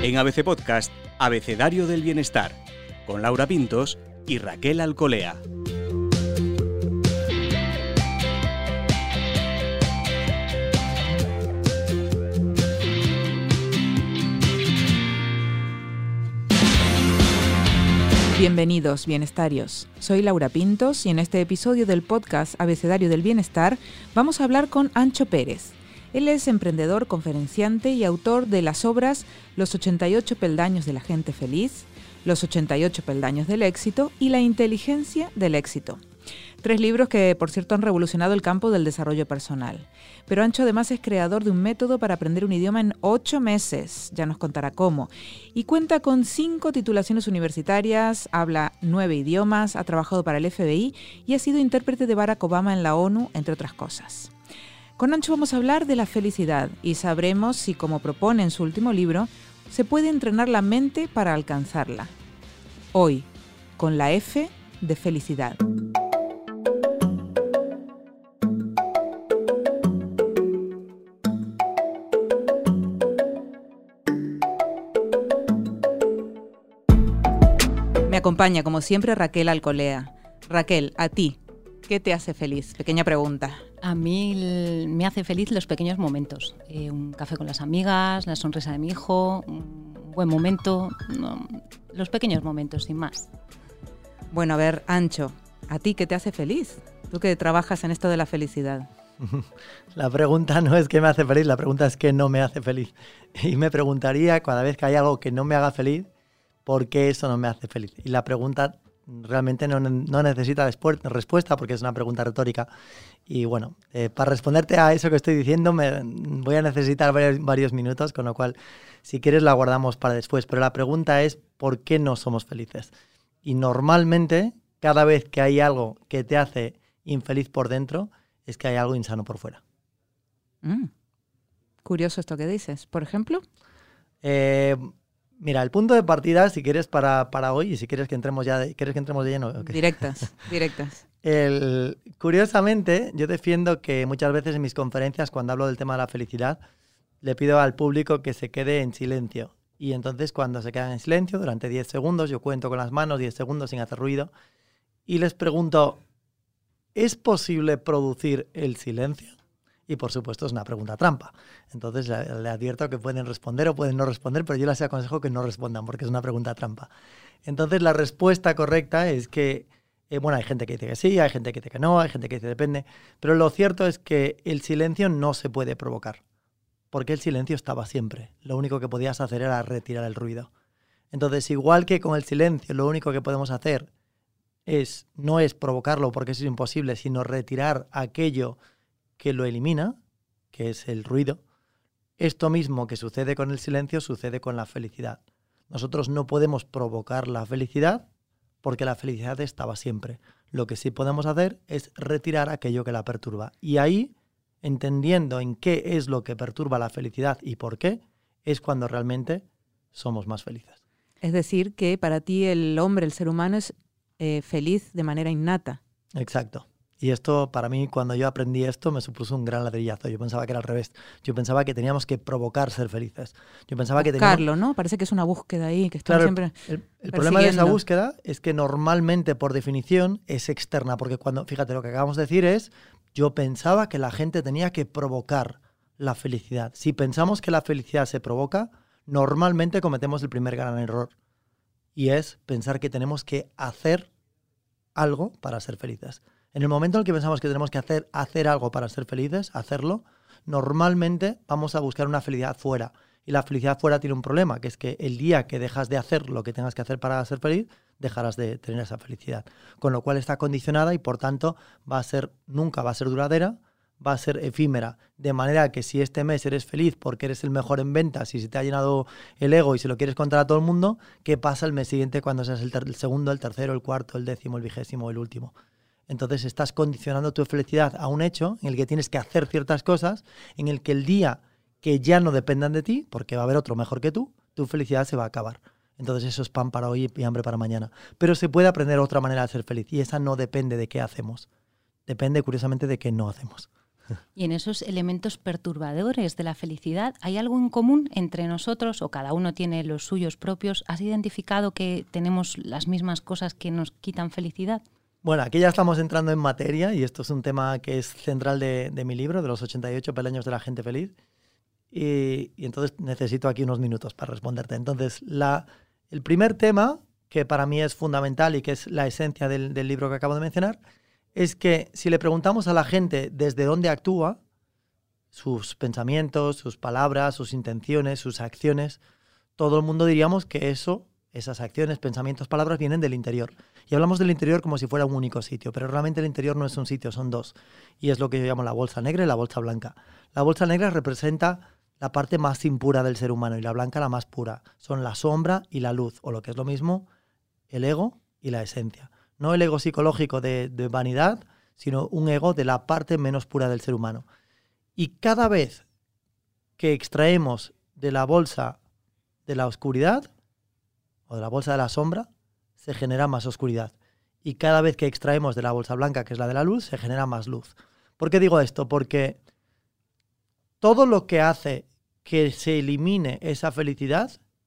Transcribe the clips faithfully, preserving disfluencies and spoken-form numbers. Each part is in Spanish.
En A B C Podcast, Abecedario del Bienestar, con Laura Pintos y Raquel Alcolea. Bienvenidos, bienestarios. Soy Laura Pintos y en este episodio del podcast Abecedario del Bienestar vamos a hablar con Ancho Pérez. Él es emprendedor, conferenciante y autor de las obras Los ochenta y ocho peldaños de la gente feliz, Los ochenta y ocho peldaños del éxito y La inteligencia del éxito. Tres libros que, por cierto, han revolucionado el campo del desarrollo personal. Pero Ancho además es creador de un método para aprender un idioma en ocho meses, ya nos contará cómo. Y cuenta con cinco titulaciones universitarias, habla nueve idiomas, ha trabajado para el F B I y ha sido intérprete de Barack Obama en la ONU, entre otras cosas. Con Ancho vamos a hablar de la felicidad y sabremos si, como propone en su último libro, se puede entrenar la mente para alcanzarla. Hoy, con la F de felicidad. Me acompaña, como siempre, Raquel Alcolea. Raquel, a ti, ¿qué te hace feliz? Pequeña pregunta. A mí l- me hace feliz los pequeños momentos. Eh, un café con las amigas, la sonrisa de mi hijo, un buen momento. No, los pequeños momentos, sin más. Bueno, a ver, Ancho, ¿a ti qué te hace feliz? Tú que trabajas en esto de la felicidad. La pregunta no es qué me hace feliz, la pregunta es qué no me hace feliz. Y me preguntaría, cada vez que hay algo que no me haga feliz, ¿por qué eso no me hace feliz? Y la pregunta realmente no, no necesita después, respuesta porque es una pregunta retórica. Y bueno, eh, para responderte a eso que estoy diciendo me, voy a necesitar varios, varios minutos, con lo cual si quieres la guardamos para después. Pero la pregunta es ¿por qué no somos felices? Y normalmente cada vez que hay algo que te hace infeliz por dentro es que hay algo insano por fuera. Mm. Curioso esto que dices. ¿Por ejemplo? Eh... Mira, el punto de partida, si quieres, para, para hoy, y si quieres que entremos ya de, ¿quieres que entremos de lleno? Okay. Directas, directas. El, curiosamente, yo defiendo que muchas veces en mis conferencias, cuando hablo del tema de la felicidad, le pido al público que se quede en silencio. Y entonces, cuando se quedan en silencio, durante diez segundos, yo cuento con las manos, diez segundos sin hacer ruido, y les pregunto, ¿es posible producir el silencio? Y por supuesto es una pregunta trampa. Entonces le, le advierto que pueden responder o pueden no responder, pero yo les aconsejo que no respondan porque es una pregunta trampa. Entonces la respuesta correcta es que, eh, bueno, hay gente que dice que sí, hay gente que dice que no, hay gente que dice depende, pero lo cierto es que el silencio no se puede provocar, porque el silencio estaba siempre. Lo único que podías hacer era retirar el ruido. Entonces, igual que con el silencio, lo único que podemos hacer es, no es provocarlo porque eso es imposible, sino retirar aquello que lo elimina, que es el ruido. Esto mismo que sucede con el silencio sucede con la felicidad. Nosotros no podemos provocar la felicidad porque la felicidad estaba siempre. Lo que sí podemos hacer es retirar aquello que la perturba. Y ahí, entendiendo en qué es lo que perturba la felicidad y por qué, es cuando realmente somos más felices. Es decir, que para ti el hombre, el ser humano, es eh, feliz de manera innata. Exacto. Y esto, para mí, cuando yo aprendí esto, me supuso un gran ladrillazo. Yo pensaba que era al revés. Yo pensaba que teníamos que provocar ser felices. Yo pensaba Buscarlo, que teníamos... ¿no? Parece que es una búsqueda ahí, que estamos Claro, siempre el, el problema de esa búsqueda es que normalmente, por definición, es externa. Porque cuando, fíjate, lo que acabamos de decir es, yo pensaba que la gente tenía que provocar la felicidad. Si pensamos que la felicidad se provoca, normalmente cometemos el primer gran error. Y es pensar que tenemos que hacer algo para ser felices. En el momento en el que pensamos que tenemos que hacer, hacer algo para ser felices, hacerlo, normalmente vamos a buscar una felicidad fuera. Y la felicidad fuera tiene un problema, que es que el día que dejas de hacer lo que tengas que hacer para ser feliz, dejarás de tener esa felicidad. Con lo cual está condicionada y por tanto va a ser, nunca va a ser duradera, va a ser efímera. De manera que si este mes eres feliz porque eres el mejor en ventas y se te ha llenado el ego y se lo quieres contar a todo el mundo, ¿qué pasa el mes siguiente cuando seas el, ter- el segundo, el tercero, el cuarto, el décimo, el vigésimo, el último? Entonces estás condicionando tu felicidad a un hecho en el que tienes que hacer ciertas cosas, en el que el día que ya no dependan de ti, porque va a haber otro mejor que tú, tu felicidad se va a acabar. Entonces eso es pan para hoy y hambre para mañana. Pero se puede aprender otra manera de ser feliz y esa no depende de qué hacemos. Depende, curiosamente, de qué no hacemos. Y en esos elementos perturbadores de la felicidad, ¿hay algo en común entre nosotros o cada uno tiene los suyos propios? ¿Has identificado que tenemos las mismas cosas que nos quitan felicidad? Bueno, aquí ya estamos entrando en materia y esto es un tema que es central de, de mi libro, de los ochenta y ocho peldaños de la gente feliz. Y, y entonces necesito aquí unos minutos para responderte. Entonces, la, el primer tema, que para mí es fundamental y que es la esencia del, del libro que acabo de mencionar, es que si le preguntamos a la gente desde dónde actúa, sus pensamientos, sus palabras, sus intenciones, sus acciones, todo el mundo diríamos que eso, esas acciones, pensamientos, palabras vienen del interior. Y hablamos del interior como si fuera un único sitio, pero realmente el interior no es un sitio, son dos. Y es lo que yo llamo la bolsa negra y la bolsa blanca. La bolsa negra representa la parte más impura del ser humano y la blanca la más pura. Son la sombra y la luz, o lo que es lo mismo, el ego y la esencia. No el ego psicológico de, de vanidad, sino un ego de la parte menos pura del ser humano. Y cada vez que extraemos de la bolsa de la oscuridad o de la bolsa de la sombra, se genera más oscuridad. Y cada vez que extraemos de la bolsa blanca, que es la de la luz, se genera más luz. ¿Por qué digo esto? Porque todo lo que hace que se elimine esa felicidad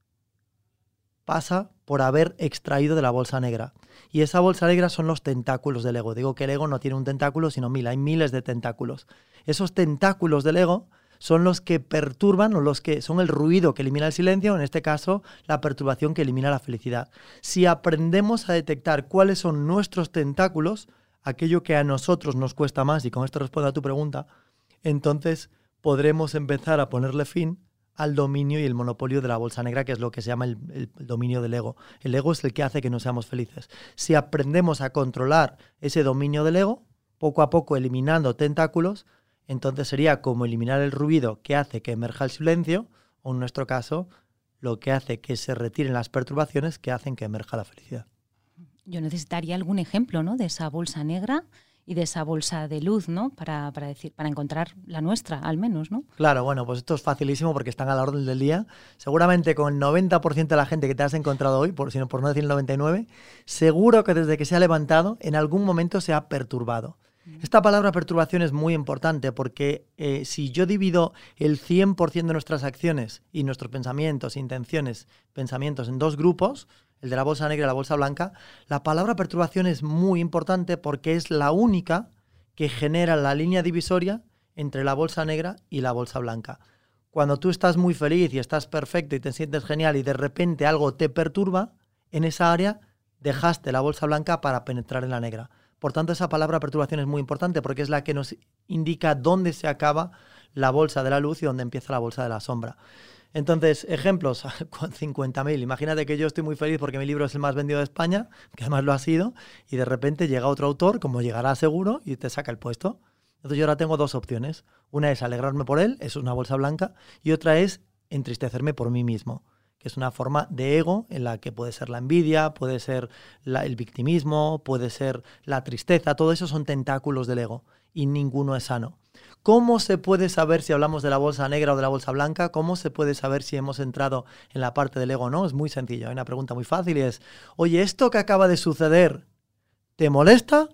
pasa por haber extraído de la bolsa negra. Y esa bolsa negra son los tentáculos del ego. Digo que el ego no tiene un tentáculo, sino mil. Hay miles de tentáculos. Esos tentáculos del ego son los que perturban o los que son el ruido que elimina el silencio, en este caso la perturbación que elimina la felicidad. Si aprendemos a detectar cuáles son nuestros tentáculos, aquello que a nosotros nos cuesta más, y con esto respondo a tu pregunta, entonces podremos empezar a ponerle fin al dominio y el monopolio de la bolsa negra, que es lo que se llama el, el, el dominio del ego. El ego es el que hace que no seamos felices. Si aprendemos a controlar ese dominio del ego, poco a poco eliminando tentáculos, entonces sería como eliminar el ruido que hace que emerja el silencio, o en nuestro caso, lo que hace que se retiren las perturbaciones que hacen que emerja la felicidad. Yo necesitaría algún ejemplo, ¿no?, de esa bolsa negra y de esa bolsa de luz, ¿no?, para, para, decir, para encontrar la nuestra, al menos, ¿no? Claro, bueno, pues esto es facilísimo porque están a la orden del día. Seguramente con el noventa por ciento de la gente que te has encontrado hoy, por, sino por no decir el noventa y nueve por ciento, seguro que desde que se ha levantado, en algún momento se ha perturbado. Esta palabra perturbación es muy importante porque eh, si yo divido el cien por ciento de nuestras acciones y nuestros pensamientos, intenciones, pensamientos en dos grupos, el de la bolsa negra y la bolsa blanca, la palabra perturbación es muy importante porque es la única que genera la línea divisoria entre la bolsa negra y la bolsa blanca. Cuando tú estás muy feliz y estás perfecto y te sientes genial y de repente algo te perturba, en esa área dejaste la bolsa blanca para penetrar en la negra. Por tanto, esa palabra perturbación es muy importante porque es la que nos indica dónde se acaba la bolsa de la luz y dónde empieza la bolsa de la sombra. Entonces, ejemplos, cincuenta mil. Imagínate que yo estoy muy feliz porque mi libro es el más vendido de España, que además lo ha sido, y de repente llega otro autor, como llegará seguro, y te saca el puesto. Entonces yo ahora tengo dos opciones. Una es alegrarme por él, eso es una bolsa blanca, y otra es entristecerme por mí mismo, que es una forma de ego en la que puede ser la envidia, puede ser la, el victimismo, puede ser la tristeza. Todo eso son tentáculos del ego y ninguno es sano. ¿Cómo se puede saber si hablamos de la bolsa negra o de la bolsa blanca? ¿Cómo se puede saber si hemos entrado en la parte del ego o no? Es muy sencillo. Hay una pregunta muy fácil y es, oye, ¿esto que acaba de suceder te molesta?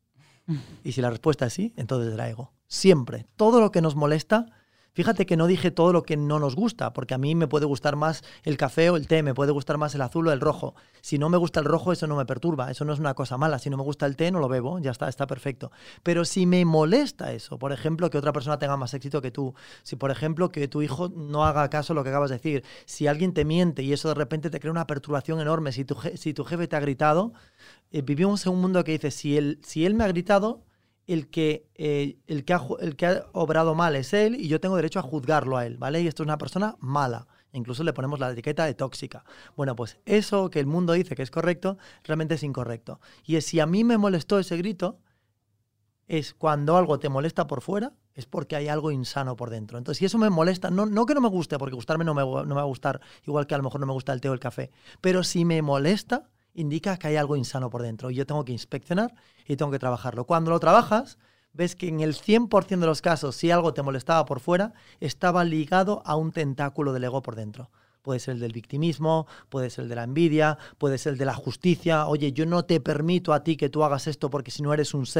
Y si la respuesta es sí, entonces era ego. Siempre. Todo lo que nos molesta. Fíjate que no dije todo lo que no nos gusta, porque a mí me puede gustar más el café o el té, me puede gustar más el azul o el rojo. Si no me gusta el rojo, eso no me perturba, eso no es una cosa mala. Si no me gusta el té, no lo bebo, ya está, está perfecto. Pero si me molesta eso, por ejemplo, que otra persona tenga más éxito que tú, si por ejemplo que tu hijo no haga caso a lo que acabas de decir, si alguien te miente y eso de repente te crea una perturbación enorme, si tu, je- si tu jefe te ha gritado, eh, vivimos en un mundo que dice, si él, si él me ha gritado, El que, eh, el, que ha, el que ha obrado mal es él y yo tengo derecho a juzgarlo a él, ¿vale? Y esto es una persona mala. Incluso le ponemos la etiqueta de tóxica. Bueno, pues eso que el mundo dice que es correcto, realmente es incorrecto. Y es, si a mí me molestó ese grito, es cuando algo te molesta por fuera, es porque hay algo insano por dentro. Entonces, si eso me molesta, no, no que no me guste, porque gustarme no me, no me va a gustar, igual que a lo mejor no me gusta el té o el café, pero si me molesta, indica que hay algo insano por dentro y yo tengo que inspeccionar y tengo que trabajarlo. Cuando lo trabajas, ves que en el cien por ciento de los casos, si algo te molestaba por fuera, estaba ligado a un tentáculo del ego por dentro. Puede ser el del victimismo, puede ser el de la envidia, puede ser el de la justicia. Oye, yo no te permito a ti que tú hagas esto porque si no eres un ser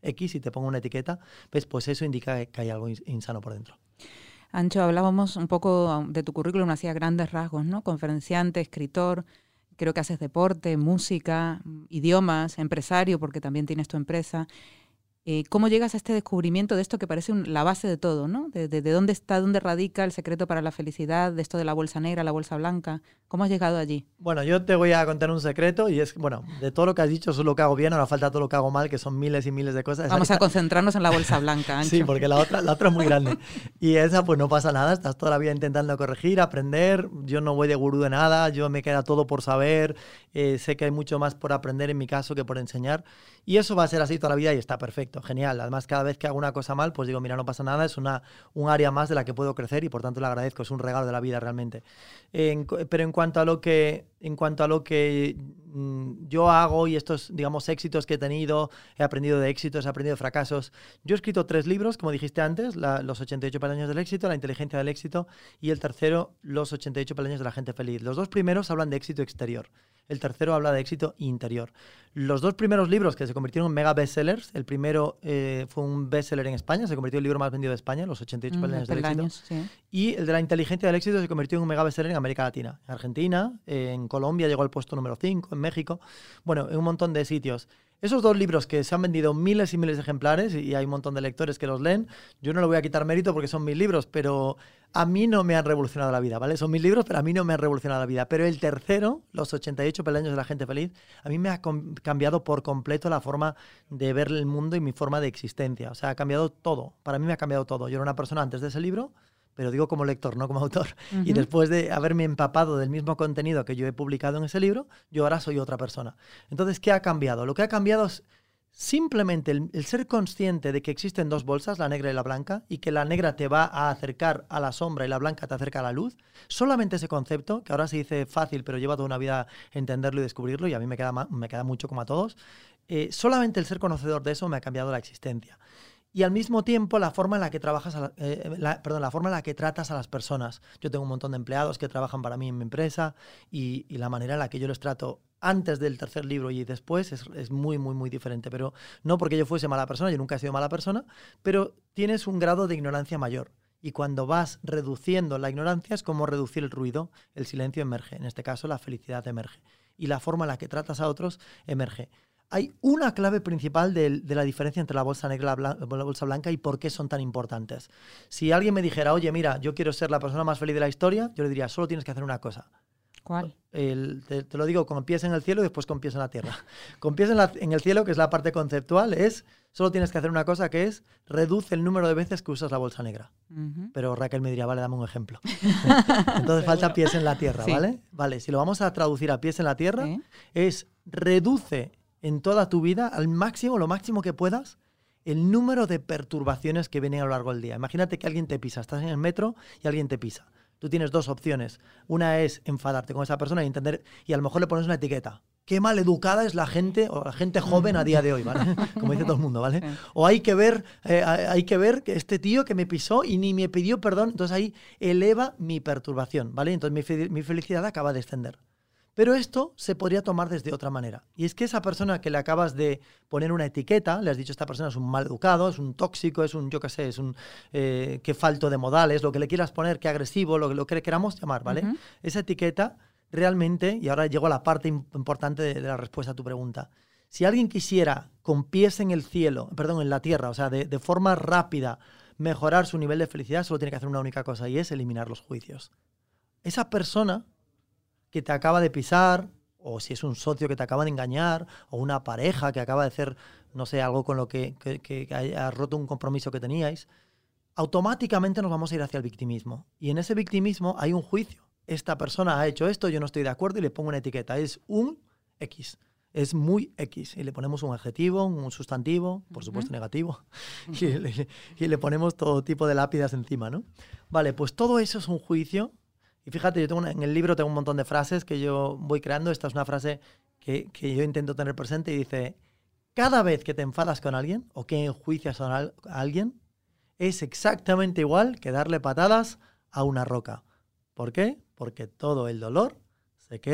X y te pongo una etiqueta, ¿ves? Pues eso indica que hay algo insano por dentro. Ancho, hablábamos un poco de tu currículum, hacía grandes rasgos, ¿no? Conferenciante, escritor, creo que haces deporte, música, idiomas, empresario, porque también tienes tu empresa. Eh, ¿Cómo llegas a este descubrimiento de esto que parece un, la base de todo, ¿no? De, de, de dónde está, dónde radica el secreto para la felicidad, de esto de la bolsa negra, la bolsa blanca. ¿Cómo has llegado allí? Bueno, yo te voy a contar un secreto y es, bueno, de todo lo que has dicho, eso es lo que hago bien, ahora falta todo lo que hago mal, que son miles y miles de cosas. Vamos a concentrarnos en la bolsa blanca, Ancho. Sí, porque la otra, la otra es muy grande. Y esa, pues no pasa nada, estás toda la vida intentando corregir, aprender. Yo no voy de gurú de nada, yo me queda todo por saber. Eh, sé que hay mucho más por aprender en mi caso que por enseñar. Y eso va a ser así toda la vida y está perfecto, genial. Además, cada vez que hago una cosa mal, pues digo, mira, no pasa nada, es una, un área más de la que puedo crecer y por tanto le agradezco, es un regalo de la vida realmente. En, pero en cuanto a lo que, en cuanto a lo que mmm, yo hago y estos, digamos, éxitos que he tenido, he aprendido de éxitos, he aprendido de fracasos. Yo he escrito tres libros, como dijiste antes, la, Los ochenta y ocho peldaños del éxito, La inteligencia del éxito, y el tercero, Los ochenta y ocho peldaños de la gente feliz. Los dos primeros hablan de éxito exterior. El tercero habla de éxito interior. Los dos primeros libros que se convirtieron en mega bestsellers, el primero eh, fue un bestseller en España, se convirtió en el libro más vendido de España, Los ochenta y ocho mm, peldaños del éxito. Sí. Y el de la inteligencia del éxito se convirtió en un mega bestseller en América Latina, en Argentina, en Colombia llegó al puesto número cinco, en México, bueno, en un montón de sitios. Esos dos libros que se han vendido miles y miles de ejemplares y hay un montón de lectores que los leen, yo no le voy a quitar mérito porque son mis libros, pero a mí no me han revolucionado la vida, ¿vale? Son mis libros, pero a mí no me han revolucionado la vida. Pero el tercero, Los ochenta y ocho peldaños de la gente feliz, a mí me ha cambiado por completo la forma de ver el mundo y mi forma de existencia. O sea, ha cambiado todo. Para mí me ha cambiado todo. Yo era una persona antes de ese libro, pero digo como lector, no como autor. Uh-huh. Y después de haberme empapado del mismo contenido que yo he publicado en ese libro, yo ahora soy otra persona. Entonces, ¿qué ha cambiado? Lo que ha cambiado es simplemente el, el ser consciente de que existen dos bolsas, la negra y la blanca, y que la negra te va a acercar a la sombra y la blanca te acerca a la luz. Solamente ese concepto, que ahora se dice fácil, pero lleva toda una vida entenderlo y descubrirlo, y a mí me queda, me queda mucho como a todos, eh, solamente el ser conocedor de eso me ha cambiado la existencia. Y al mismo tiempo la forma en la que trabajas, a la, eh, la, perdón, la forma en la que tratas a las personas. Yo tengo un montón de empleados que trabajan para mí en mi empresa y, y la manera en la que yo les trato antes del tercer libro y después es, es muy, muy, muy diferente. Pero no porque yo fuese mala persona, yo nunca he sido mala persona, pero tienes un grado de ignorancia mayor. Y cuando vas reduciendo la ignorancia es como reducir el ruido, el silencio emerge. En este caso la felicidad emerge. Y la forma en la que tratas a otros emerge. Hay una clave principal de, de la diferencia entre la bolsa negra y la, la bolsa blanca y por qué son tan importantes. Si alguien me dijera, oye, mira, yo quiero ser la persona más feliz de la historia, yo le diría, solo tienes que hacer una cosa. ¿Cuál? El, te, te lo digo con pies en el cielo y después con pies en la tierra. Con pies en, la, en el cielo, que es la parte conceptual, es solo tienes que hacer una cosa, que es reduce el número de veces que usas la bolsa negra. Uh-huh. Pero Raquel me diría, vale, dame un ejemplo. Entonces falta pies en la tierra, sí. ¿Vale? Vale, si lo vamos a traducir a pies en la tierra, ¿sí? Es reduce en toda tu vida, al máximo, lo máximo que puedas, el número de perturbaciones que vienen a lo largo del día. Imagínate que alguien te pisa, estás en el metro y alguien te pisa. Tú tienes dos opciones. Una es enfadarte con esa persona y entender, y a lo mejor le pones una etiqueta. Qué mal educada es la gente, o la gente joven a día de hoy, ¿vale? Como dice todo el mundo, ¿vale? O hay que ver, eh, hay que ver que este tío que me pisó y ni me pidió perdón, entonces ahí eleva mi perturbación, ¿vale? Entonces mi, mi felicidad acaba de descender. Pero esto se podría tomar desde otra manera. Y es que esa persona que le acabas de poner una etiqueta, le has dicho esta persona es un mal educado, es un tóxico, es un, yo qué sé, es un eh, que falto de modales, lo que le quieras poner, que agresivo, lo, lo que le queramos llamar, ¿vale? Uh-huh. Esa etiqueta realmente, y ahora llego a la parte importante de, de la respuesta a tu pregunta, si alguien quisiera con pies en el cielo, perdón, en la tierra, o sea, de, de forma rápida, mejorar su nivel de felicidad, solo tiene que hacer una única cosa y es eliminar los juicios. Esa persona que te acaba de pisar, o si es un socio que te acaba de engañar, o una pareja que acaba de hacer, no sé, algo con lo que, que, que haya roto un compromiso que teníais, automáticamente nos vamos a ir hacia el victimismo. Y en ese victimismo hay un juicio. Esta persona ha hecho esto, yo no estoy de acuerdo y le pongo una etiqueta. Es un X. Es muy X. Y le ponemos un adjetivo, un sustantivo, por supuesto uh-huh. negativo, y, le, y le ponemos todo tipo de lápidas encima, ¿no? Vale, pues todo eso es un juicio. Y fíjate, yo tengo una, en el libro tengo un montón de frases que yo voy creando. Esta es una frase que, que yo intento tener presente y dice, cada vez que te enfadas con alguien o que enjuicias a, a alguien, es exactamente igual que darle patadas a una roca. ¿Por qué? Porque todo el dolor se queda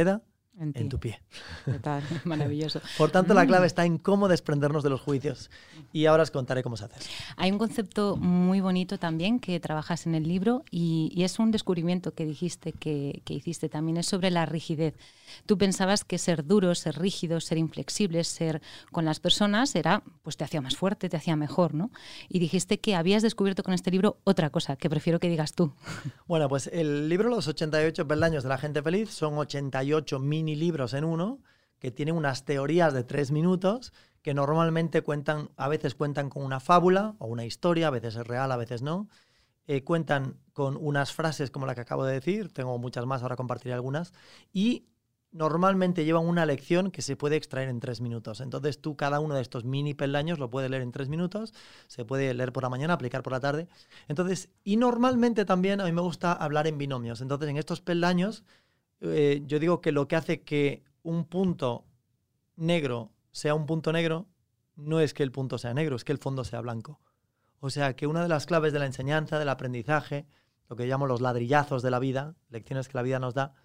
En, en tu pie. Total. Maravilloso. Por tanto, la clave está en cómo desprendernos de los juicios. Y ahora os contaré cómo se hace. Hay un concepto muy bonito también que trabajas en el libro y, y es un descubrimiento que dijiste que, que hiciste también, es sobre la rigidez. Tú pensabas que ser duro, ser rígido, ser inflexible, ser con las personas era, pues te hacía más fuerte, te hacía mejor, ¿no? Y dijiste que habías descubierto con este libro otra cosa, que prefiero que digas tú. Bueno, pues el libro Los ochenta y ocho peldaños de la gente feliz son ochenta y ocho mini libros en uno que tienen unas teorías de tres minutos que normalmente cuentan, a veces cuentan con una fábula o una historia, a veces es real, a veces no. Eh, cuentan con unas frases como la que acabo de decir, tengo muchas más, ahora compartiré algunas, y normalmente llevan una lección que se puede extraer en tres minutos. Entonces tú cada uno de estos mini peldaños lo puedes leer en tres minutos, se puede leer por la mañana, aplicar por la tarde. Entonces, y normalmente también a mí me gusta hablar en binomios. Entonces en estos peldaños eh, yo digo que lo que hace que un punto negro sea un punto negro no es que el punto sea negro, es que el fondo sea blanco. O sea que una de las claves de la enseñanza, del aprendizaje, lo que llamo los ladrillazos de la vida, lecciones que la vida nos da,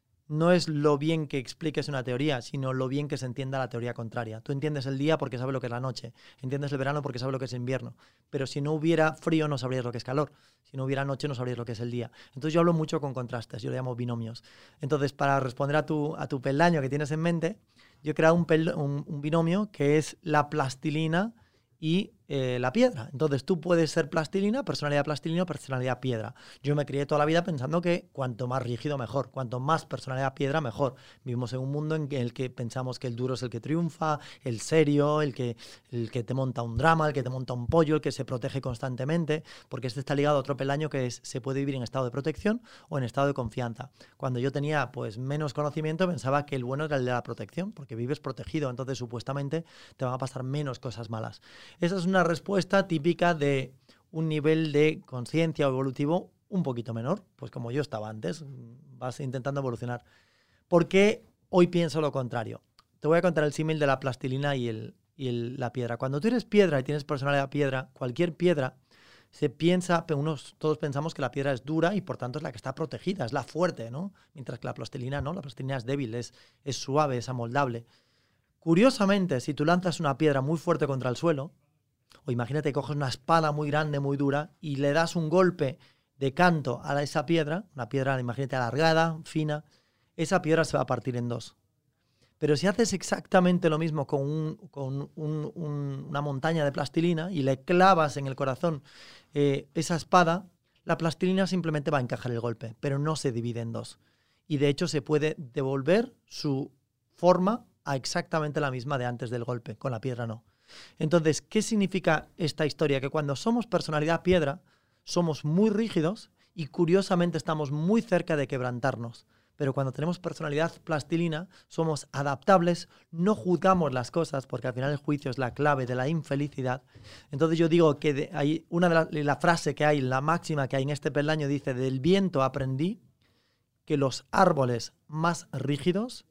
no es lo bien que expliques una teoría, sino lo bien que se entienda la teoría contraria. Tú entiendes el día porque sabes lo que es la noche, entiendes el verano porque sabes lo que es invierno, pero si no hubiera frío no sabrías lo que es calor, si no hubiera noche no sabrías lo que es el día. Entonces yo hablo mucho con contrastes, yo lo llamo binomios. Entonces para responder a tu, a tu peldaño que tienes en mente, yo he creado un, pel, un, un binomio que es la plastilina y eh, la piedra. Entonces tú puedes ser plastilina, personalidad plastilina o personalidad piedra. Yo me crié toda la vida pensando que cuanto más rígido mejor, cuanto más personalidad piedra mejor. Vivimos en un mundo en el que pensamos que el duro es el que triunfa, el serio, el que, el que te monta un drama, el que te monta un pollo, el que se protege constantemente, porque este está ligado a otro peldaño que es se puede vivir en estado de protección o en estado de confianza. Cuando yo tenía pues menos conocimiento pensaba que el bueno era el de la protección, porque vives protegido, entonces supuestamente te van a pasar menos cosas malas. Esa es una respuesta típica de un nivel de conciencia evolutivo un poquito menor, pues como yo estaba antes, vas intentando evolucionar. ¿Por qué hoy pienso lo contrario? Te voy a contar el símil de la plastilina y, el, y el, la piedra. Cuando tú eres piedra y tienes personalidad piedra, cualquier piedra se piensa, unos, todos pensamos que la piedra es dura y por tanto es la que está protegida, es la fuerte, ¿no? Mientras que la plastilina no, la plastilina es débil, es, es suave, es amoldable. Curiosamente, si tú lanzas una piedra muy fuerte contra el suelo, o imagínate que coges una espada muy grande, muy dura, y le das un golpe de canto a esa piedra, una piedra, imagínate, alargada, fina, esa piedra se va a partir en dos. Pero si haces exactamente lo mismo con, un, con un, un, una montaña de plastilina y le clavas en el corazón eh, esa espada, la plastilina simplemente va a encajar el golpe, pero no se divide en dos. Y de hecho se puede devolver su forma a exactamente la misma de antes del golpe, con la piedra no. Entonces, ¿qué significa esta historia? Que cuando somos personalidad piedra, somos muy rígidos y curiosamente estamos muy cerca de quebrantarnos. Pero cuando tenemos personalidad plastilina, somos adaptables, no juzgamos las cosas, porque al final el juicio es la clave de la infelicidad. Entonces yo digo que de, hay una de la, la frase que hay, la máxima que hay en este peldaño, dice, del viento aprendí que los árboles más rígidos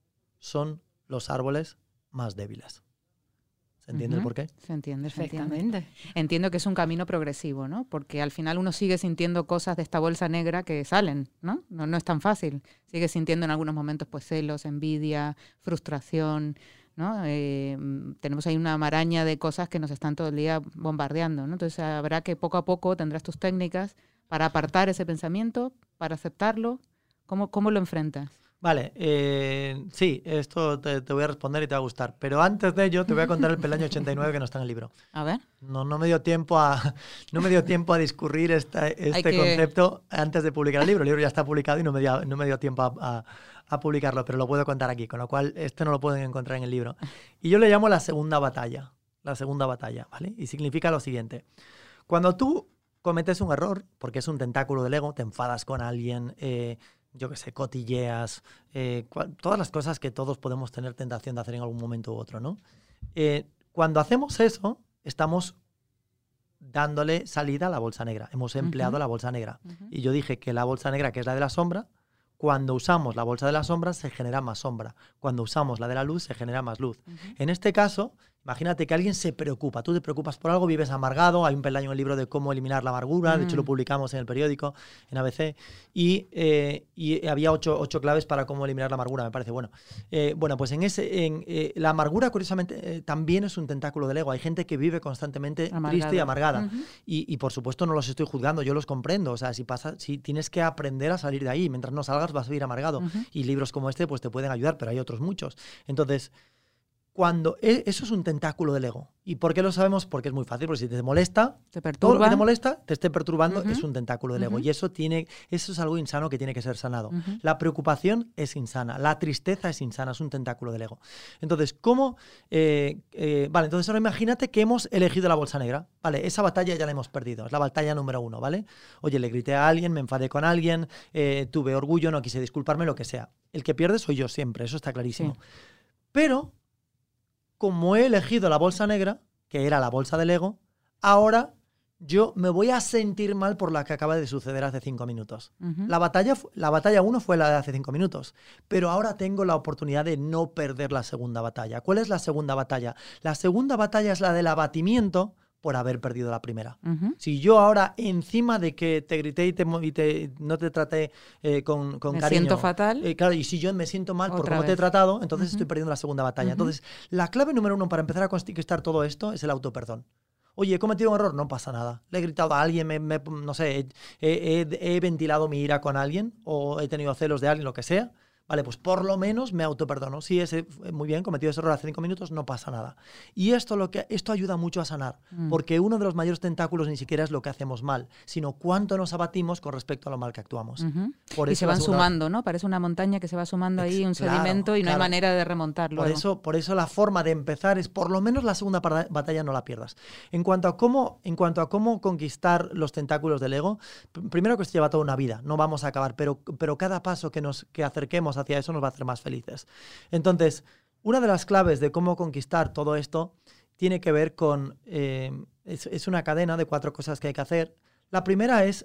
son los árboles más débiles. ¿Se entiende uh-huh. el porqué? Se entiende perfectamente. Entiendo que es un camino progresivo, ¿no? Porque al final uno sigue sintiendo cosas de esta bolsa negra que salen, ¿no? No, no es tan fácil. Sigue sintiendo en algunos momentos pues celos, envidia, frustración, ¿no? Eh, tenemos ahí una maraña de cosas que nos están todo el día bombardeando, ¿no? Entonces habrá que poco a poco tendrás tus técnicas para apartar ese pensamiento, para aceptarlo. ¿Cómo, cómo lo enfrentas? Vale, eh, sí, esto te, te voy a responder y te va a gustar. Pero antes de ello te voy a contar el peldaño ochenta y nueve que no está en el libro. A ver. No, no me dio tiempo a, no me dio tiempo a discurrir esta, este que... concepto antes de publicar el libro. El libro ya está publicado y no me dio, no me dio tiempo a, a, a publicarlo, pero lo puedo contar aquí, con lo cual este no lo pueden encontrar en el libro. Y yo le llamo la segunda batalla, la segunda batalla, ¿vale? Y significa lo siguiente. Cuando tú cometes un error, porque es un tentáculo del ego, te enfadas con alguien, eh, yo qué sé, cotilleas, eh, cual, todas las cosas que todos podemos tener tentación de hacer en algún momento u otro, ¿no? Eh, cuando hacemos eso, estamos dándole salida a la bolsa negra. Hemos empleado uh-huh. la bolsa negra. Uh-huh. Y yo dije que la bolsa negra, que es la de la sombra, cuando usamos la bolsa de la sombra se genera más sombra. Cuando usamos la de la luz se genera más luz. Uh-huh. En este caso, Imagínate que alguien se preocupa, tú te preocupas por algo, vives amargado, hay un peldaño en el libro de cómo eliminar la amargura, mm. de hecho lo publicamos en el periódico, en A B C, y, eh, y había ocho, ocho claves para cómo eliminar la amargura, me parece bueno. Eh, bueno, pues en ese, en, eh, la amargura, curiosamente, eh, también es un tentáculo del ego. Hay gente que vive constantemente Amargado. triste y amargada. Uh-huh. y, y por supuesto no los estoy juzgando, yo los comprendo. O sea, si pasa, si tienes que aprender a salir de ahí, mientras no salgas vas a vivir amargado. Uh-huh. Y libros como este pues te pueden ayudar, pero hay otros muchos. Entonces, Cuando eso es un tentáculo del ego. ¿Y por qué lo sabemos? Porque es muy fácil, porque si te molesta, te perturba. todo lo que te molesta, te esté perturbando, uh-huh. es un tentáculo del ego. Uh-huh. Y eso tiene, eso es algo insano que tiene que ser sanado. Uh-huh. La preocupación es insana, la tristeza es insana, es un tentáculo del ego. Entonces, ¿cómo? Eh, eh, vale, entonces ahora imagínate que hemos elegido la bolsa negra. Vale, esa batalla ya la hemos perdido, es la batalla número uno, ¿vale? Oye, le grité a alguien, me enfadé con alguien, eh, tuve orgullo, no quise disculparme, lo que sea. El que pierde soy yo siempre, eso está clarísimo. Sí. Pero como he elegido la bolsa negra, que era la bolsa del ego, ahora yo me voy a sentir mal por la que acaba de suceder hace cinco minutos. Uh-huh. La batalla la batalla uno fue la de hace cinco minutos, pero ahora tengo la oportunidad de no perder la segunda batalla. ¿Cuál es la segunda batalla? La segunda batalla es la del abatimiento por haber perdido la primera. Uh-huh. Si yo ahora, encima de que te grité y, te, y te, no te traté eh, con, con me cariño... Me siento fatal. Eh, claro, y si yo me siento mal por cómo vez. te he tratado, entonces uh-huh. estoy perdiendo la segunda batalla. Uh-huh. Entonces, la clave número uno para empezar a conquistar todo esto es el autoperdón. Oye, he cometido un error, no pasa nada. Le he gritado a alguien, me, me, no sé, he, he, he ventilado mi ira con alguien o he tenido celos de alguien, lo que sea. Vale, pues por lo menos me autoperdono. Sí, ese, muy bien, cometido ese error hace cinco minutos, no pasa nada. Y esto, lo que, esto ayuda mucho a sanar, mm. porque uno de los mayores tentáculos ni siquiera es lo que hacemos mal, sino cuánto nos abatimos con respecto a lo mal que actuamos. Uh-huh. Por y eso se van segunda... sumando, ¿no? Parece una montaña que se va sumando ahí, un claro, sedimento, y no claro. hay manera de remontarlo. Por eso, por eso la forma de empezar es, por lo menos la segunda batalla no la pierdas. En cuanto a cómo, en cuanto a cómo conquistar los tentáculos del ego, primero que esto lleva toda una vida, no vamos a acabar, pero, pero cada paso que nos que acerquemos hacia eso nos va a hacer más felices. Entonces, una de las claves de cómo conquistar todo esto tiene que ver con... Eh, es, es una cadena de cuatro cosas que hay que hacer. La primera es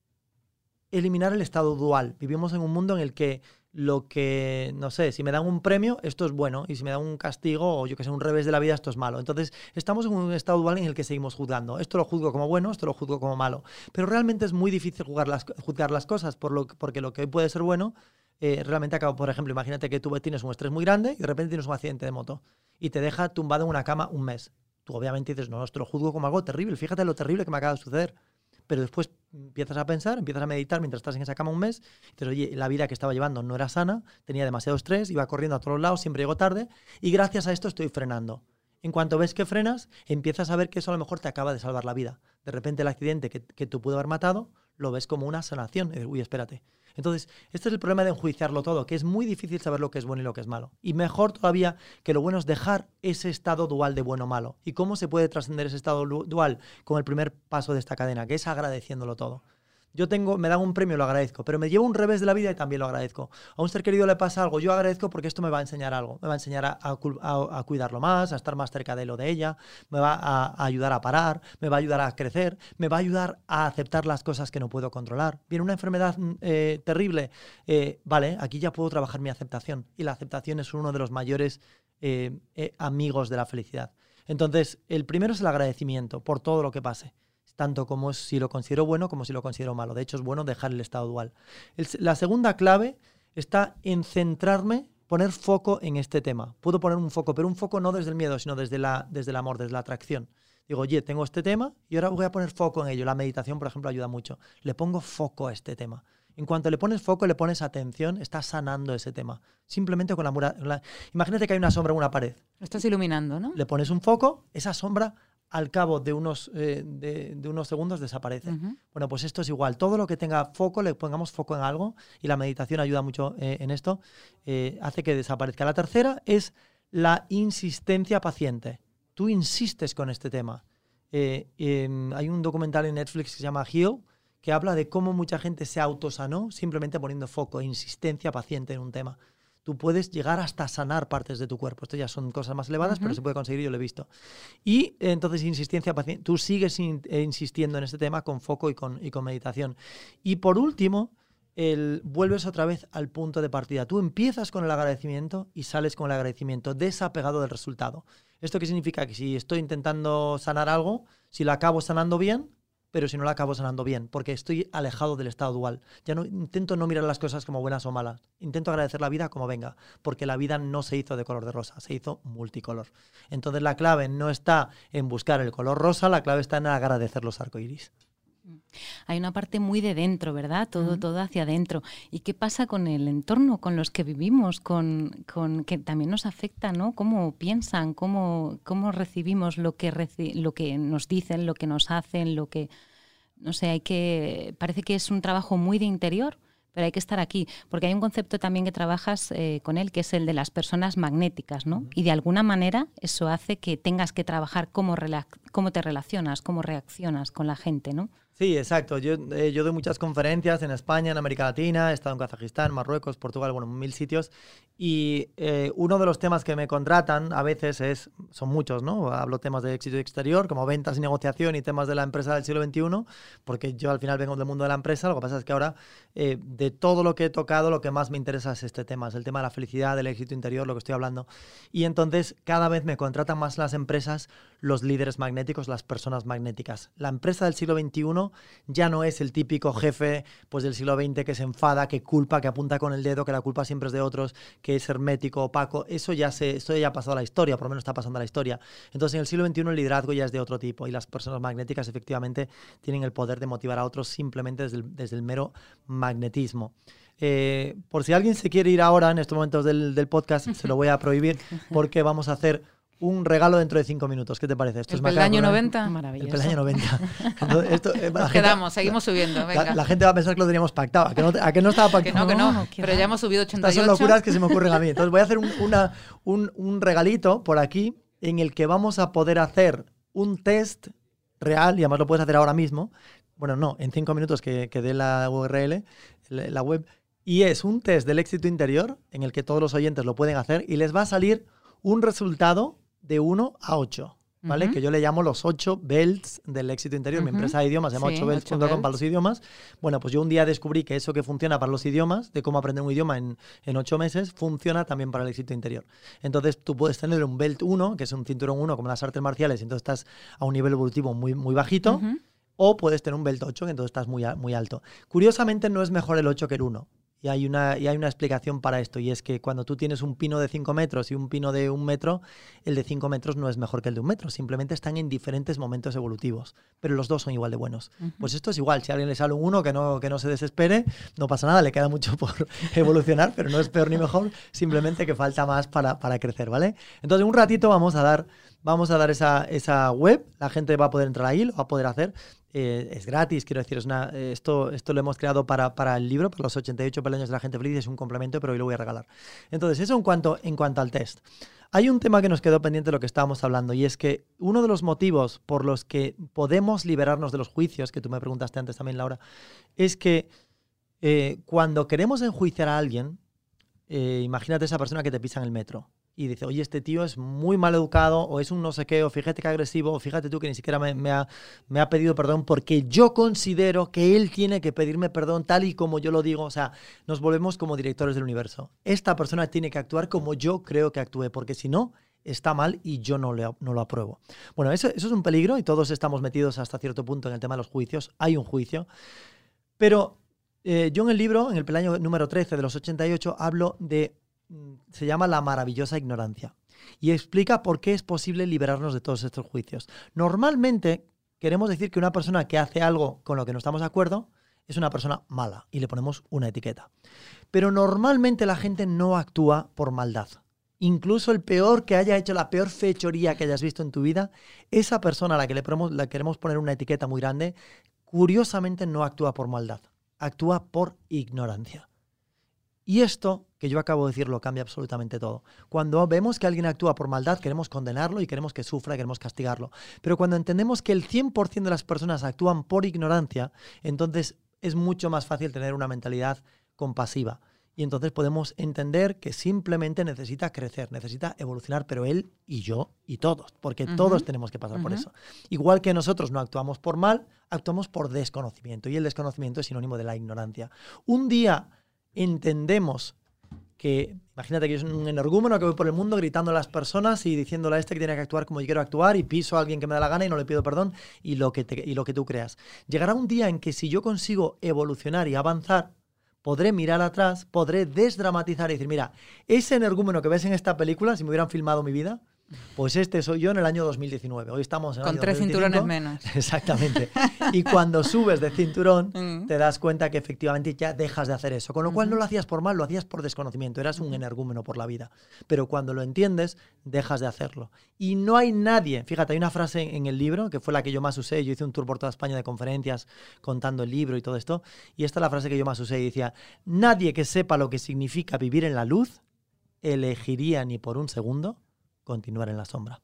eliminar el estado dual. Vivimos en un mundo en el que lo que, no sé, si me dan un premio, esto es bueno, y si me dan un castigo o yo que sé, un revés de la vida, esto es malo. Entonces, estamos en un estado dual en el que seguimos juzgando. Esto lo juzgo como bueno, esto lo juzgo como malo. Pero realmente es muy difícil juzgar las, juzgar las cosas, por lo, porque lo que hoy puede ser bueno, Eh, realmente acabo, por ejemplo, imagínate que tú tienes un estrés muy grande y de repente tienes un accidente de moto y te deja tumbado en una cama un mes. Tú obviamente dices, no, esto lo juzgo como algo terrible, fíjate lo terrible que me acaba de suceder. Pero después empiezas a pensar, empiezas a meditar mientras estás en esa cama un mes y dices, oye, la vida que estaba llevando no era sana, tenía demasiado estrés, iba corriendo a todos lados, siempre llego tarde y gracias a esto estoy frenando. En cuanto ves que frenas, empiezas a ver que eso a lo mejor te acaba de salvar la vida. De repente el accidente que, que tú pudo haber matado, lo ves como una sanación. Y dices, uy, espérate. Entonces, este es el problema de enjuiciarlo todo, que es muy difícil saber lo que es bueno y lo que es malo. Y mejor todavía que lo bueno es dejar ese estado dual de bueno o malo. ¿Y cómo se puede trascender ese estado dual? Con el primer paso de esta cadena, que es agradeciéndolo todo. Yo tengo, me dan un premio, lo agradezco, pero me llevo un revés de la vida y también lo agradezco. A un ser querido le pasa algo, yo agradezco porque esto me va a enseñar algo. Me va a enseñar a, a, a cuidarlo más, a estar más cerca de él o de ella, me va a, a ayudar a parar, me va a ayudar a crecer, me va a ayudar a aceptar las cosas que no puedo controlar. Viene una enfermedad eh, terrible, eh, vale, aquí ya puedo trabajar mi aceptación. Y la aceptación es uno de los mayores eh, eh, amigos de la felicidad. Entonces, el primero es el agradecimiento por todo lo que pase. Tanto como si lo considero bueno como si lo considero malo. De hecho, es bueno dejar el estado dual. El, la segunda clave está en centrarme, poner foco en este tema. Puedo poner un foco, pero un foco no desde el miedo, sino desde, la, desde el amor, desde la atracción. Digo, oye, tengo este tema y ahora voy a poner foco en ello. La meditación, por ejemplo, ayuda mucho. Le pongo foco a este tema. En cuanto le pones foco, le pones atención, estás sanando ese tema. Simplemente con la mura... La, imagínate que hay una sombra en una pared. Lo estás iluminando, ¿no? Le pones un foco, esa sombra al cabo de unos, eh, de, de unos segundos desaparece. Uh-huh. Bueno, pues esto es igual. Todo lo que tenga foco, le pongamos foco en algo, y la meditación ayuda mucho eh, en esto, eh, hace que desaparezca. La tercera es la insistencia paciente. Tú insistes con este tema. Eh, eh, hay un documental en Netflix que se llama Heal, que habla de cómo mucha gente se autosanó simplemente poniendo foco, insistencia paciente en un tema. Tú puedes llegar hasta sanar partes de tu cuerpo. Esto ya son cosas más elevadas, uh-huh. pero se puede conseguir, yo lo he visto. Y eh, entonces, insistencia paciente. Tú sigues in, eh, insistiendo en este tema con foco y con, y con meditación. Y por último, el, vuelves otra vez al punto de partida. Tú empiezas con el agradecimiento y sales con el agradecimiento, desapegado del resultado. ¿Esto qué significa? Que si estoy intentando sanar algo, si lo acabo sanando bien, pero si no lo acabo sanando bien, porque estoy alejado del estado dual. Ya no intento no mirar las cosas como buenas o malas. Intento agradecer la vida como venga, porque la vida no se hizo de color de rosa, se hizo multicolor. Entonces la clave no está en buscar el color rosa, la clave está en agradecer los arcoíris. Hay una parte muy de dentro, ¿verdad? Todo, uh-huh. todo hacia adentro. ¿Y qué pasa con el entorno, con los que vivimos, con, con que también nos afecta, ¿no? ¿Cómo piensan? ¿Cómo, cómo recibimos lo que, reci- lo que nos dicen, lo que nos hacen, lo que... No sé, hay que... Parece que es un trabajo muy de interior, pero hay que estar aquí, porque hay un concepto también que trabajas eh, con él, que es el de las personas magnéticas, ¿no? Uh-huh. Y de alguna manera eso hace que tengas que trabajar cómo, rela- cómo te relacionas, cómo reaccionas con la gente, ¿no? Sí, exacto. Yo, eh, yo doy muchas conferencias en España, en América Latina, he estado en Kazajistán, Marruecos, Portugal, bueno, mil sitios. Y eh, uno de los temas que me contratan a veces es, son muchos, ¿no? Hablo temas de éxito exterior, como ventas y negociación y temas de la empresa del siglo veintiuno, porque yo al final vengo del mundo de la empresa. Lo que pasa es que ahora, eh, de todo lo que he tocado, lo que más me interesa es este tema, es el tema de la felicidad, del éxito interior, lo que estoy hablando. Y entonces cada vez me contratan más las empresas, los líderes magnéticos, las personas magnéticas. La empresa del siglo veintiuno ya no es el típico jefe pues, del siglo veinte que se enfada, que culpa, que apunta con el dedo, que la culpa siempre es de otros, que es hermético, opaco. Eso ya, se, eso ya ha pasado a la historia, por lo menos está pasando a la historia. Entonces, en el siglo veintiuno el liderazgo ya es de otro tipo y las personas magnéticas efectivamente tienen el poder de motivar a otros simplemente desde el, desde el mero magnetismo. Eh, por si alguien se quiere ir ahora en estos momentos del, del podcast, se lo voy a prohibir porque vamos a hacer un regalo dentro de cinco minutos. ¿Qué te parece? Esto ¿El es peldaño macabro, noventa? ¿eh? Maravilloso. El peldaño noventa. Entonces, esto, eh, Nos gente, quedamos, seguimos subiendo. Venga. La, la gente va a pensar que lo teníamos pactado. ¿A que no, a que no estaba pactado? Que no, que no. No, Pero ya hemos subido ochenta y ocho. Estas son locuras que se me ocurren a mí. Entonces voy a hacer un, una, un, un regalito por aquí en el que vamos a poder hacer un test real, y además lo puedes hacer ahora mismo. Bueno, no, en cinco minutos que, que dé la U R L, la web. Y es un test del éxito interior en el que todos los oyentes lo pueden hacer y les va a salir un resultado de uno a ocho, ¿vale? Uh-huh. Que yo le llamo los ocho belts del éxito interior. Uh-huh. Mi empresa de idiomas se llama sí, ocho belts punto com para los idiomas. Bueno, pues yo un día descubrí que eso que funciona para los idiomas, de cómo aprender un idioma en, en ocho meses, funciona también para el éxito interior. Entonces tú puedes tener un belt uno, que es un cinturón uno como en las artes marciales, y entonces estás a un nivel evolutivo muy, muy bajito, uh-huh. o puedes tener un belt ocho, que entonces estás muy, muy alto. Curiosamente no es mejor el ocho que el uno. Y hay, una, y hay una explicación para esto, y es que cuando tú tienes un pino de cinco metros y un pino de un metro, el de cinco metros no es mejor que el de un metro, simplemente están en diferentes momentos evolutivos, pero los dos son igual de buenos. Uh-huh. Pues esto es igual, si a alguien le sale un uno, que no, que no se desespere, no pasa nada, le queda mucho por evolucionar, pero no es peor ni mejor, simplemente que falta más para, para crecer, ¿vale? Entonces, un ratito vamos a dar, vamos a dar esa, esa web, la gente va a poder entrar ahí, lo va a poder hacer. Eh, es gratis, quiero decir, es una, esto, esto lo hemos creado para, para el libro, para los ochenta y ocho peldaños de la gente feliz, es un complemento, pero hoy lo voy a regalar. Entonces, eso en cuanto, en cuanto al test. Hay un tema que nos quedó pendiente de lo que estábamos hablando, y es que uno de los motivos por los que podemos liberarnos de los juicios, que tú me preguntaste antes también, Laura, es que eh, cuando queremos enjuiciar a alguien, eh, imagínate esa persona que te pisa en el metro y dice, oye, este tío es muy mal educado, o es un no sé qué, o fíjate que agresivo, o fíjate tú que ni siquiera me, me, ha, me ha pedido perdón porque yo considero que él tiene que pedirme perdón tal y como yo lo digo. O sea, nos volvemos como directores del universo. Esta persona tiene que actuar como yo creo que actúe, porque si no, está mal y yo no, le, no lo apruebo. Bueno, eso, eso es un peligro y todos estamos metidos hasta cierto punto en el tema de los juicios. Hay un juicio. Pero eh, yo en el libro, en el peldaño número trece de los ochenta y ocho, hablo de... se llama la maravillosa ignorancia y explica por qué es posible liberarnos de todos estos juicios. Normalmente queremos decir que una persona que hace algo con lo que no estamos de acuerdo es una persona mala y le ponemos una etiqueta. Pero normalmente la gente no actúa por maldad. Incluso el peor que haya hecho, la peor fechoría que hayas visto en tu vida, esa persona a la que le ponemos, la queremos poner una etiqueta muy grande, curiosamente no actúa por maldad, actúa por ignorancia. Y esto que yo acabo de decir lo cambia absolutamente todo. Cuando vemos que alguien actúa por maldad, queremos condenarlo y queremos que sufra y queremos castigarlo. Pero cuando entendemos que el cien por ciento de las personas actúan por ignorancia, entonces es mucho más fácil tener una mentalidad compasiva. Y entonces podemos entender que simplemente necesita crecer, necesita evolucionar, pero él y yo y todos, porque uh-huh. todos tenemos que pasar uh-huh. por eso. Igual que nosotros no actuamos por mal, actuamos por desconocimiento, y el desconocimiento es sinónimo de la ignorancia. Un día entendemos que, imagínate que yo soy un energúmeno que voy por el mundo gritando a las personas y diciéndole a este que tiene que actuar como yo quiero actuar, y piso a alguien que me da la gana y no le pido perdón, y lo que, te, y lo que tú creas. Llegará un día en que si yo consigo evolucionar y avanzar, podré mirar atrás, podré desdramatizar y decir, mira, ese energúmeno que ves en esta película, si me hubieran filmado mi vida, pues este soy yo en el año dos mil diecinueve. Hoy estamos en el Con año tres dos mil veinticinco. cinturones menos. Exactamente. Y cuando subes de cinturón, Mm. te das cuenta que efectivamente ya dejas de hacer eso. Con lo cual Ujú. no lo hacías por mal, lo hacías por desconocimiento. Eras un energúmeno por la vida. Pero cuando lo entiendes, dejas de hacerlo. Y no hay nadie, fíjate, hay una frase en el libro, que fue la que yo más usé. Yo hice un tour por toda España de conferencias contando el libro y todo esto. Y esta es la frase que yo más usé y decía, nadie que sepa lo que significa vivir en la luz, elegiría ni por un segundo continuar en la sombra.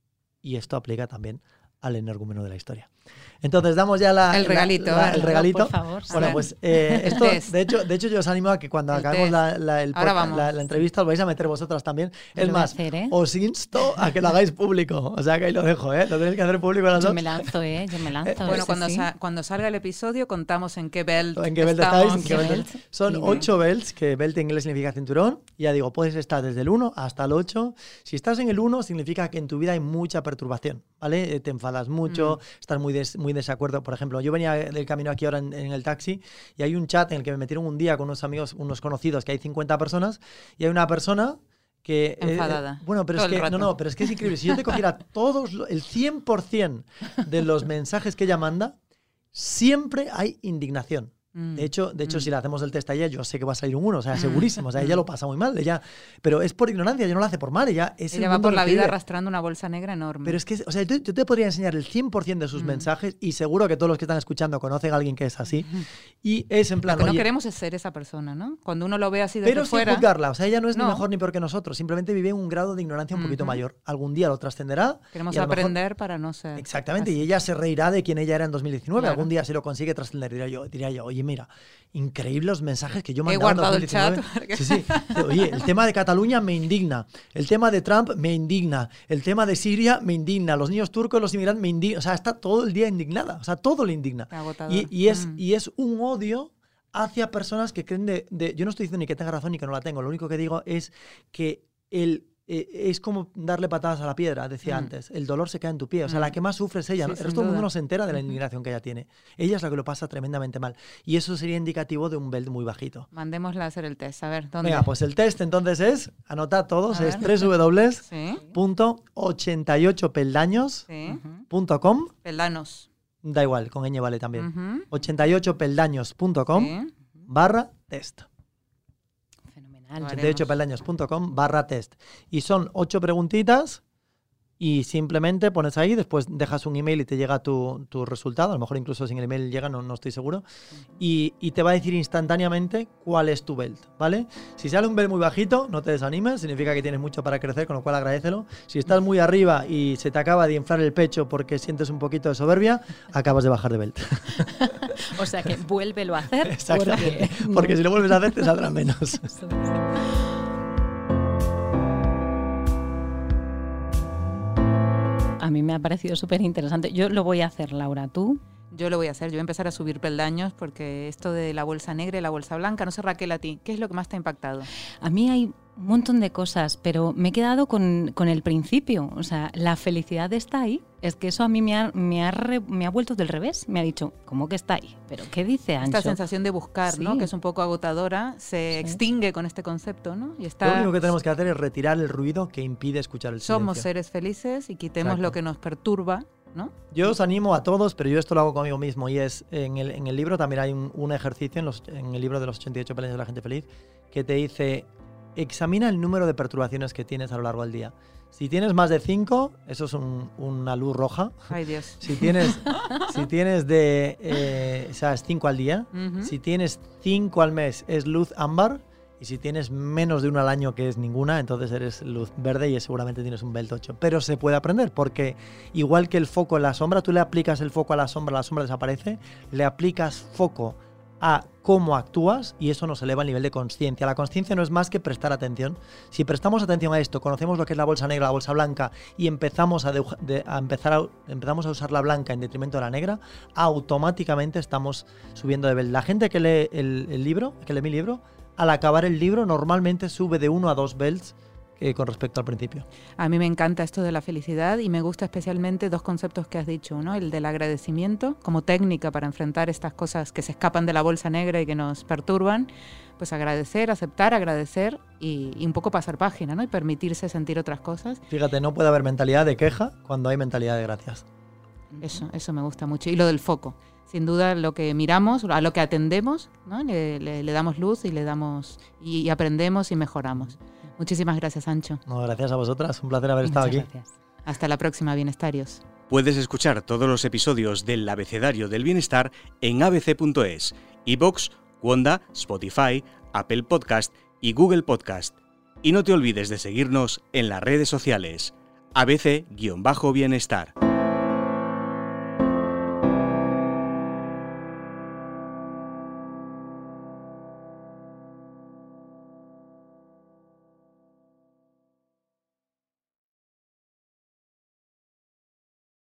Y esto aplica también al energúmeno de la historia. Entonces damos ya la, El regalito, la- la- el vale. regalito. Por favor, Bueno, sí. pues eh, esto, test. de hecho, de hecho yo os animo a que cuando El acabemos test. la, la- el Ahora podcast- vamos. la- la entrevista os vais a meter vosotras también. Yo Es lo voy a más, hacer, ¿eh? os insto a que lo hagáis público. O sea que ahí lo dejo, ¿eh? Lo tenéis que hacer público las Yo dos. me lanzo, ¿eh? Yo me lanzo. Bueno, ese cuando, sí. sa- cuando salga el episodio contamos en qué belt ¿En qué belt estamos. estáis? ¿En qué ¿En qué belt? belt? Son Dime. ocho belts, que belt en inglés significa cinturón. Ya digo, puedes estar desde el uno hasta el ocho. Si estás en el uno, significa que en tu vida hay mucha perturbación, ¿vale? Eh, Te enfadas mucho, Mm. estás muy, des- muy desacuerdo. Por ejemplo, yo venía del camino aquí ahora en, en el taxi y hay un chat en el que me metieron un día con unos amigos, unos conocidos, que hay cincuenta personas, y hay una persona que... eh, Enfadada. eh, bueno, pero Todo es el que, rato. no, no, pero es que es increíble. Si yo te cogiera todos, lo- el cien por ciento de los mensajes que ella manda, siempre hay indignación. Mm. De hecho, de hecho Mm. si le hacemos el test a ella, yo sé que va a salir un uno, o sea, segurísimo. O sea, ella lo pasa muy mal. Ella, pero es por ignorancia, ella no lo hace por mal. Ella, es el Ella va mundo por en la el que vida vive. arrastrando una bolsa negra enorme. Pero es que, o sea, yo, yo te podría enseñar el cien por ciento de sus Mm. mensajes y seguro que todos los que están escuchando conocen a alguien que es así. Y es en plan, Lo que no oye, queremos es ser esa persona, ¿no? Cuando uno lo ve así desde pero sin fuera. juzgarla. O sea, ella no es ni No. mejor ni peor que nosotros. Simplemente vive en un grado de ignorancia un poquito Ujú. mayor. Algún día lo trascenderá. Queremos y a lo mejor- aprender para no ser. Exactamente, así. y ella se reirá de quien ella era en dos mil diecinueve. Claro. Algún día si lo consigue trascender, diría yo, diría yo, oye, mira, increíbles los mensajes que yo He mandaba en guardado el dos mil diecinueve. chat porque- Sí, sí. Oye, el tema de Cataluña me indigna, el tema de Trump me indigna, el tema de Siria me indigna, los niños turcos, los inmigrantes me indigna. O sea, está todo el día indignada, o sea, todo le indigna. Agotador. Y, y es, Mm. y es un odio hacia personas que creen de, de... Yo no estoy diciendo ni que tenga razón ni que no la tengo, lo único que digo es que el... eh, es como darle patadas a la piedra, decía Mm. antes. El dolor se cae en tu pie. O sea, Mm. la que más sufre es ella. Sí, ¿no? El sin resto del mundo duda. no se entera de la Ujú. indignación que ella tiene. Ella es la que lo pasa tremendamente mal. Y eso sería indicativo de un belt muy bajito. Mandémosla a hacer el test. A ver, ¿dónde? Venga, pues el test entonces es, anotad todos, A es ver. w Sí, punto ochenta y ocho peldaños sí. punto com. Peldanos. Da igual, con ñ vale también. Ujú. ochenta y ocho peldaños punto com Sí. barra test. Fenomenal. Vale. ochenta y ocho peldaños punto com barra test. Y son ocho preguntitas y simplemente pones ahí, después dejas un email y te llega tu, tu resultado. A lo mejor incluso sin el email llega, no, no estoy seguro. Y, y te va a decir instantáneamente cuál es tu belt, ¿vale? Si sale un belt muy bajito, no te desanimes, significa que tienes mucho para crecer, con lo cual agradécelo. Si estás muy arriba y se te acaba de inflar el pecho porque sientes un poquito de soberbia, acabas de bajar de belt. O sea que vuélvelo a hacer. Exactamente. Porque, Porque si lo vuelves a hacer te saldrá menos. A mí me ha parecido súper interesante. Yo lo voy a hacer, Laura. ¿Tú? Yo lo voy a hacer. Yo voy a empezar a subir peldaños porque esto de la bolsa negra y la bolsa blanca, no sé, Raquel, a ti, ¿qué es lo que más te ha impactado? A mí hay un montón de cosas, pero me he quedado con, con el principio. O sea, la felicidad está ahí. Es que eso a mí me ha, me, ha re- me ha vuelto del revés. Me ha dicho, ¿cómo que está ahí? ¿Pero qué dice Ancho? Esta sensación de buscar, ¿no? Sí. Que es un poco agotadora, se Sí. extingue con este concepto, ¿no? Y Lo está, único que tenemos que hacer es retirar el ruido que impide escuchar el silencio. somos seres felices y quitemos Exacto. lo que nos perturba, ¿no? Yo os animo a todos, pero yo esto lo hago conmigo mismo y es, en el, en el libro también hay un, un ejercicio, en, los, en el libro de los ochenta y ocho peldaños de la gente feliz, que te dice, examina el número de perturbaciones que tienes a lo largo del día. Si tienes más de cinco, eso es un- una luz roja. Ay, Dios. Si tienes, si tienes de, eh, o sea, es cinco al día. Ujú. Si tienes cinco al mes, es luz ámbar. Y si tienes menos de una al año, que es ninguna, entonces eres luz verde y seguramente tienes un belt ocho. Pero se puede aprender, porque igual que el foco en la sombra, tú le aplicas el foco a la sombra, la sombra desaparece, le aplicas foco a cómo actúas y eso nos eleva el nivel de conciencia. La conciencia no es más que prestar atención. Si prestamos atención a esto, conocemos lo que es la bolsa negra, la bolsa blanca y empezamos a, de, de, a empezar a, empezamos a usar la blanca en detrimento de la negra, automáticamente estamos subiendo de nivel. La gente que lee el, el libro, que lee mi libro, al acabar el libro normalmente sube de uno a dos belts Eh, con respecto al principio. A mí me encanta esto de la felicidad y me gusta especialmente dos conceptos que has dicho, ¿no? El del agradecimiento como técnica para enfrentar estas cosas que se escapan de la bolsa negra y que nos perturban, pues agradecer, aceptar, agradecer y, y un poco pasar página, ¿no? Y permitirse sentir otras cosas. Fíjate, no puede haber mentalidad de queja cuando hay mentalidad de gracias. Eso, eso me gusta mucho. Y lo del foco. Sin duda lo que miramos, a lo que atendemos, ¿no? le, le, le damos luz y le damos y, y aprendemos y mejoramos. Muchísimas gracias, Ancho. No, gracias a vosotras. Un placer haber estado Muchas aquí. Gracias. Hasta la próxima, bienestarios. Puedes escuchar todos los episodios del Abecedario del Bienestar en a b c punto es, iVoox, Wanda, Spotify, Apple Podcast y Google Podcast. Y no te olvides de seguirnos en las redes sociales. A B C-Bienestar.